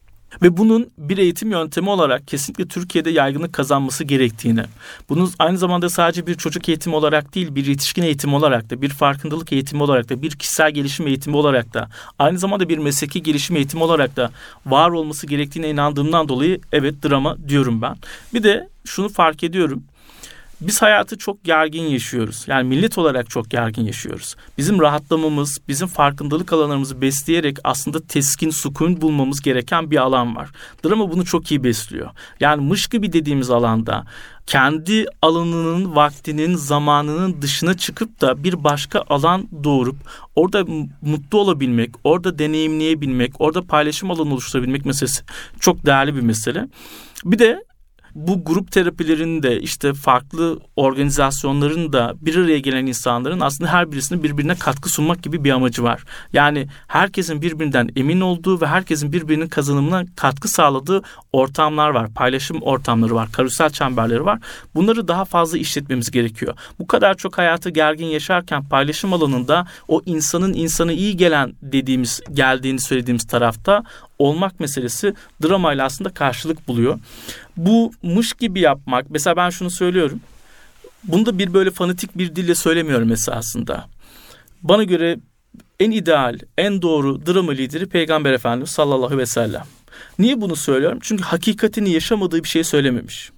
Ve bunun bir eğitim yöntemi olarak kesinlikle Türkiye'de yaygınlık kazanması gerektiğini, bunun aynı zamanda sadece bir çocuk eğitimi olarak değil, bir yetişkin eğitimi olarak da, bir farkındalık eğitimi olarak da, bir kişisel gelişim eğitimi olarak da, aynı zamanda bir mesleki gelişim eğitimi olarak da var olması gerektiğine inandığımdan dolayı evet drama diyorum ben. Bir de şunu fark ediyorum. Biz hayatı çok gergin yaşıyoruz. Yani millet olarak çok gergin yaşıyoruz. Bizim rahatlamamız, bizim farkındalık alanlarımızı besleyerek aslında teskin, sükun bulmamız gereken bir alan var. Drama bunu çok iyi besliyor. Yani mış gibi dediğimiz alanda kendi alanının, vaktinin, zamanının dışına çıkıp da bir başka alan doğurup orada mutlu olabilmek, orada deneyimleyebilmek, orada paylaşım alanı oluşturabilmek meselesi çok değerli bir mesele. Bir de bu grup terapilerinin de işte farklı organizasyonların da bir araya gelen insanların aslında her birisinin birbirine katkı sunmak gibi bir amacı var. Yani herkesin birbirinden emin olduğu ve herkesin birbirinin kazanımına katkı sağladığı ortamlar var. Paylaşım ortamları var. Karusel çemberleri var. Bunları daha fazla işletmemiz gerekiyor. Bu kadar çok hayatı gergin yaşarken paylaşım alanında o insanın insana iyi gelen dediğimiz, geldiğini söylediğimiz tarafta olmak meselesi dramayla aslında karşılık buluyor. Bu mış gibi yapmak, mesela ben şunu söylüyorum. Bunu da bir böyle fanatik bir dille söylemiyorum esasında. Bana göre en ideal, en doğru drama lideri Peygamber Efendimiz sallallahu aleyhi ve sellem. Niye bunu söylüyorum? Çünkü hakikatini yaşamadığı bir şey söylememiş.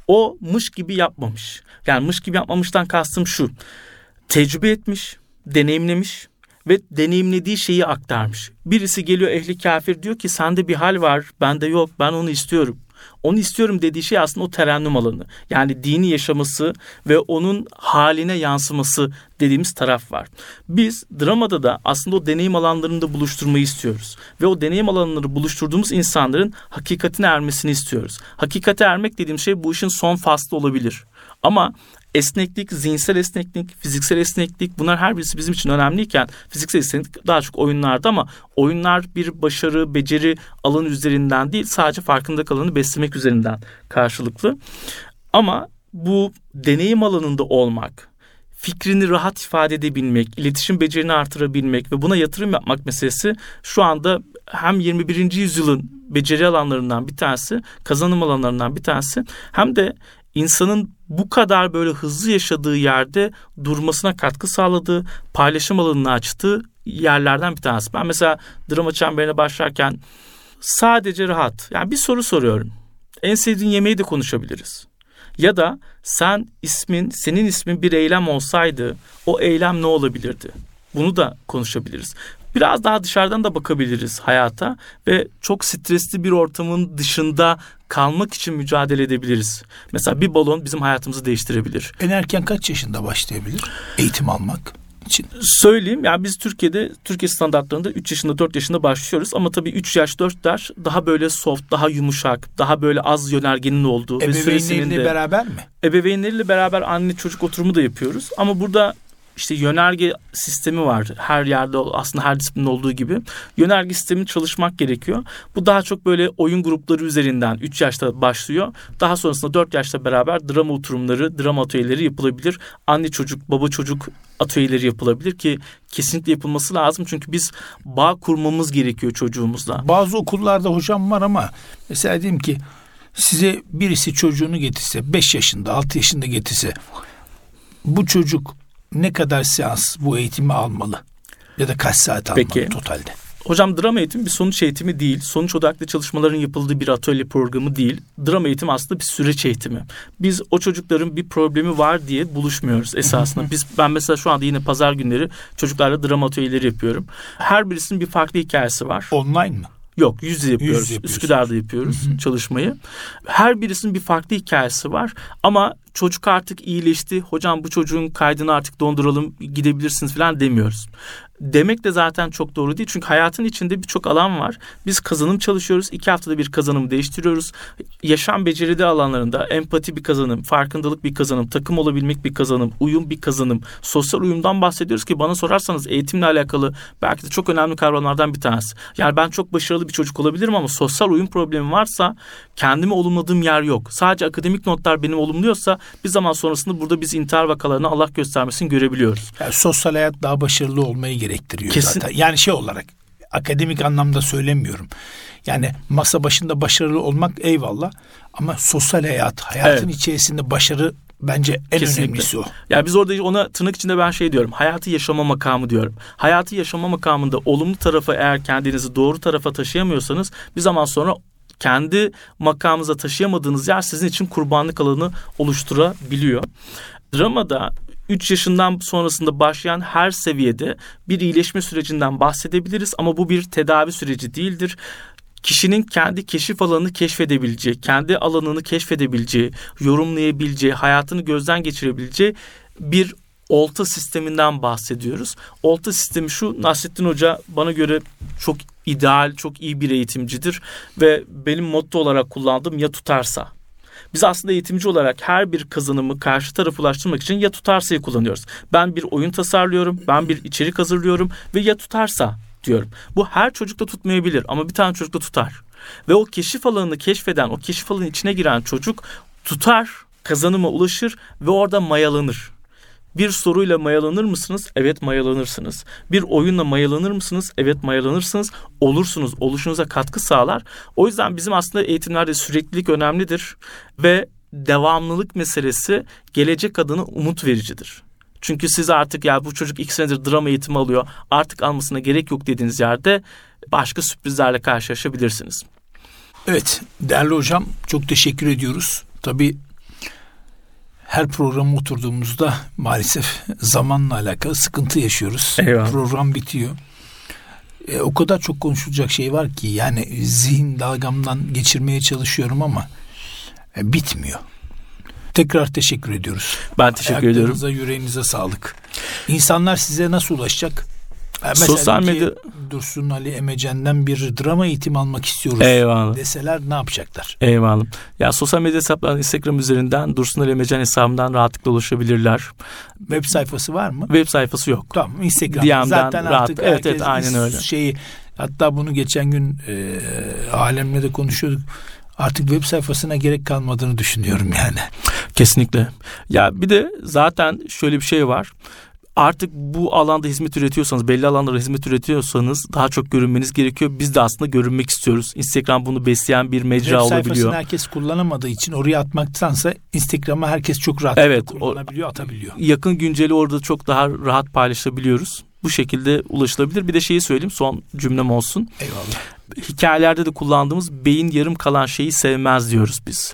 O mış gibi yapmamış. Yani mış gibi yapmamıştan kastım şu. Tecrübe etmiş, deneyimlemiş ve deneyimlediği şeyi aktarmış. Birisi geliyor ehli kafir diyor ki sende bir hal var, bende yok, ben onu istiyorum. Onu istiyorum dediği şey aslında o terennüm alanı. Yani dini yaşaması ve onun haline yansıması dediğimiz taraf var. Biz dramada da aslında o deneyim alanlarını da buluşturmayı istiyoruz. Ve o deneyim alanları buluşturduğumuz insanların hakikatine ermesini istiyoruz. Hakikate ermek dediğim şey bu işin son faslı olabilir. Ama esneklik, zihinsel esneklik, fiziksel esneklik bunlar her birisi bizim için önemliyken fiziksel esneklik daha çok oyunlarda ama oyunlar bir başarı, beceri alanı üzerinden değil sadece farkındalık alanı beslemek üzerinden karşılıklı. Ama bu deneyim alanında olmak, fikrini rahat ifade edebilmek, iletişim becerini artırabilmek ve buna yatırım yapmak meselesi şu anda hem yirmi birinci yüzyılın beceri alanlarından bir tanesi, kazanım alanlarından bir tanesi hem de insanın bu kadar böyle hızlı yaşadığı yerde durmasına katkı sağladığı, paylaşım alanını açtığı yerlerden bir tanesi. Ben mesela drama çemberine başlarken sadece rahat. Yani bir soru soruyorum. En sevdiğin yemeği de konuşabiliriz. Ya da sen ismin, senin ismin bir eylem olsaydı o eylem ne olabilirdi? Bunu da konuşabiliriz. Biraz daha dışarıdan da bakabiliriz hayata ve çok stresli bir ortamın dışında kalmak için mücadele edebiliriz. Mesela bir balon bizim hayatımızı değiştirebilir. En erken kaç yaşında başlayabilir eğitim almak için? Söyleyeyim, yani biz Türkiye'de, Türkiye standartlarında üç yaşında dört yaşında başlıyoruz ama tabii üç yaş dört yaş daha böyle soft, daha yumuşak, daha böyle az yönergenin olduğu ve süresinin de beraber mi? Ebeveynleriyle beraber anne çocuk oturumu da yapıyoruz ama burada İşte yönerge sistemi var. Her yerde, aslında her disiplinde olduğu gibi yönerge sistemi çalışmak gerekiyor. Bu daha çok böyle oyun grupları üzerinden üç yaşta başlıyor. Daha sonrasında dört yaşta beraber drama oturumları, drama atölyeleri yapılabilir. Anne çocuk, baba çocuk atölyeleri yapılabilir ki kesinlikle yapılması lazım. Çünkü biz bağ kurmamız gerekiyor çocuğumuzla. Bazı okullarda hocam var ama mesela diyelim ki size birisi çocuğunu getirse, beş yaşında, altı yaşında getirse, bu çocuk ne kadar seans bu eğitimi almalı? Ya da kaç saat almalı Peki. totalde? Hocam drama eğitimi bir sonuç eğitimi değil. Sonuç odaklı çalışmaların yapıldığı bir atölye programı değil. Drama eğitimi aslında bir süreç eğitimi. Biz o çocukların bir problemi var diye buluşmuyoruz esasında. Biz ben mesela şu anda yine pazar günleri çocuklarla drama atölyeleri yapıyorum. Her birisinin bir farklı hikayesi var. Online mı? Yok, yüz yüze yapıyoruz. Yüz yüze Üsküdar'da yapıyoruz çalışmayı. Her birisinin bir farklı hikayesi var ama çocuk artık iyileşti. Hocam bu çocuğun kaydını artık donduralım, gidebilirsiniz falan demiyoruz. Demek de zaten çok doğru değil. Çünkü hayatın içinde birçok alan var. Biz kazanım çalışıyoruz. İki haftada bir kazanımı değiştiriyoruz. Yaşam beceride alanlarında empati bir kazanım, farkındalık bir kazanım, takım olabilmek bir kazanım, uyum bir kazanım, sosyal uyumdan bahsediyoruz ki bana sorarsanız eğitimle alakalı belki de çok önemli kavramlardan bir tanesi. Yani ben çok başarılı bir çocuk olabilirim ama sosyal uyum problemi varsa kendimi olumladığım yer yok. Sadece akademik notlar beni olumluyorsa bir zaman sonrasında burada biz intihar vakalarını Allah göstermesin görebiliyoruz. Yani sosyal hayat daha başarılı olmayı gerektiriyor Kesin. zaten. Yani şey olarak, akademik anlamda söylemiyorum. Yani masa başında başarılı olmak eyvallah ama sosyal hayat, hayatın evet. içerisinde başarı bence en Kesinlikle. önemlisi o. Yani biz orada ona tırnak içinde ben şey diyorum. Hayatı yaşama makamı diyorum. Hayatı yaşama makamında olumlu tarafa eğer kendinizi doğru tarafa taşıyamıyorsanız bir zaman sonra kendi makamınıza taşıyamadığınız yer sizin için kurbanlık alanı oluşturabiliyor. Dramada üç yaşından sonrasında başlayan her seviyede bir iyileşme sürecinden bahsedebiliriz ama bu bir tedavi süreci değildir. Kişinin kendi keşif alanını keşfedebileceği, kendi alanını keşfedebileceği, yorumlayabileceği, hayatını gözden geçirebileceği bir olta sisteminden bahsediyoruz. Olta sistemi şu, Nasrettin Hoca bana göre çok ideal, çok iyi bir eğitimcidir ve benim motto olarak kullandığım ya tutarsa. Biz aslında eğitimci olarak her bir kazanımı karşı tarafa ulaştırmak için ya tutarsa'yı kullanıyoruz. Ben bir oyun tasarlıyorum, ben bir içerik hazırlıyorum ve ya tutarsa diyorum. Bu her çocukta tutmayabilir ama bir tane çocukta tutar. Ve o keşif alanını keşfeden, o keşif alanının içine giren çocuk tutar, kazanıma ulaşır ve orada mayalanır. Bir soruyla mayalanır mısınız? Evet, mayalanırsınız. Bir oyunla mayalanır mısınız? Evet, mayalanırsınız. Olursunuz. Oluşunuza katkı sağlar. O yüzden bizim aslında eğitimlerde süreklilik önemlidir ve devamlılık meselesi gelecek adına umut vericidir. Çünkü siz artık ya bu çocuk iki senedir drama eğitimi alıyor, artık almasına gerek yok dediğiniz yerde başka sürprizlerle karşılaşabilirsiniz. Evet, değerli hocam, çok teşekkür ediyoruz. Tabii her programa oturduğumuzda maalesef zamanla alakalı sıkıntı yaşıyoruz. Eyvallah. Program bitiyor. E, o kadar çok konuşulacak şey var ki yani zihin dalgamdan geçirmeye çalışıyorum ama e, bitmiyor. Tekrar teşekkür ediyoruz. Ben teşekkür ediyorum. Ayaklarınıza, yüreğinize sağlık. İnsanlar size nasıl ulaşacak? Mesela sosyal medya Dursun Ali Emecen'den bir drama eğitimi almak istiyoruz. Eyvallah. Deseler ne yapacaklar? Eyvallah. Ya sosyal medya hesaplarından Instagram üzerinden Dursun Ali Emecen hesabından rahatlıkla ulaşabilirler. Web sayfası var mı? Web sayfası yok. Tamam, Instagram. D M'den zaten rahat. artık Evet evet aynen öyle. Şeyi, hatta bunu geçen gün e, Alem'le de konuşuyorduk. Artık web sayfasına gerek kalmadığını düşünüyorum yani. Kesinlikle. Ya bir de zaten şöyle bir şey var. Artık bu alanda hizmet üretiyorsanız, belli alanlara hizmet üretiyorsanız daha çok görünmeniz gerekiyor. Biz de aslında görünmek istiyoruz. Instagram bunu besleyen bir mecra Web olabiliyor. Web sayfasını herkes kullanamadığı için oraya atmaktansa Instagram'a herkes çok rahat evet, kullanabiliyor, atabiliyor. Yakın günceli orada çok daha rahat paylaşabiliyoruz. Bu şekilde ulaşılabilir. Bir de şeyi söyleyeyim, son cümlem olsun. Eyvallah. Hikayelerde de kullandığımız beyin yarım kalan şeyi sevmez diyoruz biz.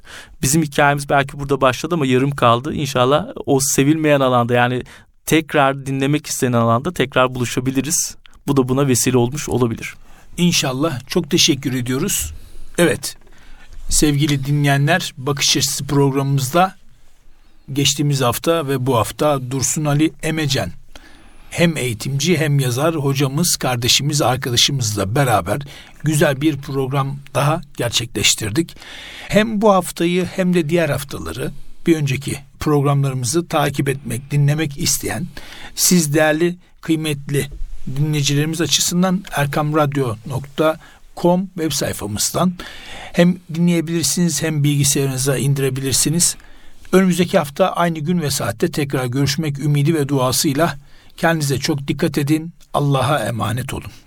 Bizim hikayemiz belki burada başladı ama yarım kaldı. İnşallah o sevilmeyen alanda, yani tekrar dinlemek istenen alanda tekrar buluşabiliriz. Bu da buna vesile olmuş olabilir. İnşallah. Çok teşekkür ediyoruz. Evet, sevgili dinleyenler, Bakış Açısı programımızda geçtiğimiz hafta ve bu hafta Dursun Ali Emecen, hem eğitimci hem yazar hocamız, kardeşimiz, arkadaşımızla beraber güzel bir program daha gerçekleştirdik. Hem bu haftayı hem de diğer haftaları, bir önceki programlarımızı takip etmek, dinlemek isteyen siz değerli, kıymetli dinleyicilerimiz açısından erkam radyo nokta com web sayfamızdan hem dinleyebilirsiniz hem bilgisayarınıza indirebilirsiniz. Önümüzdeki hafta aynı gün ve saatte tekrar görüşmek ümidi ve duasıyla kendinize çok dikkat edin. Allah'a emanet olun.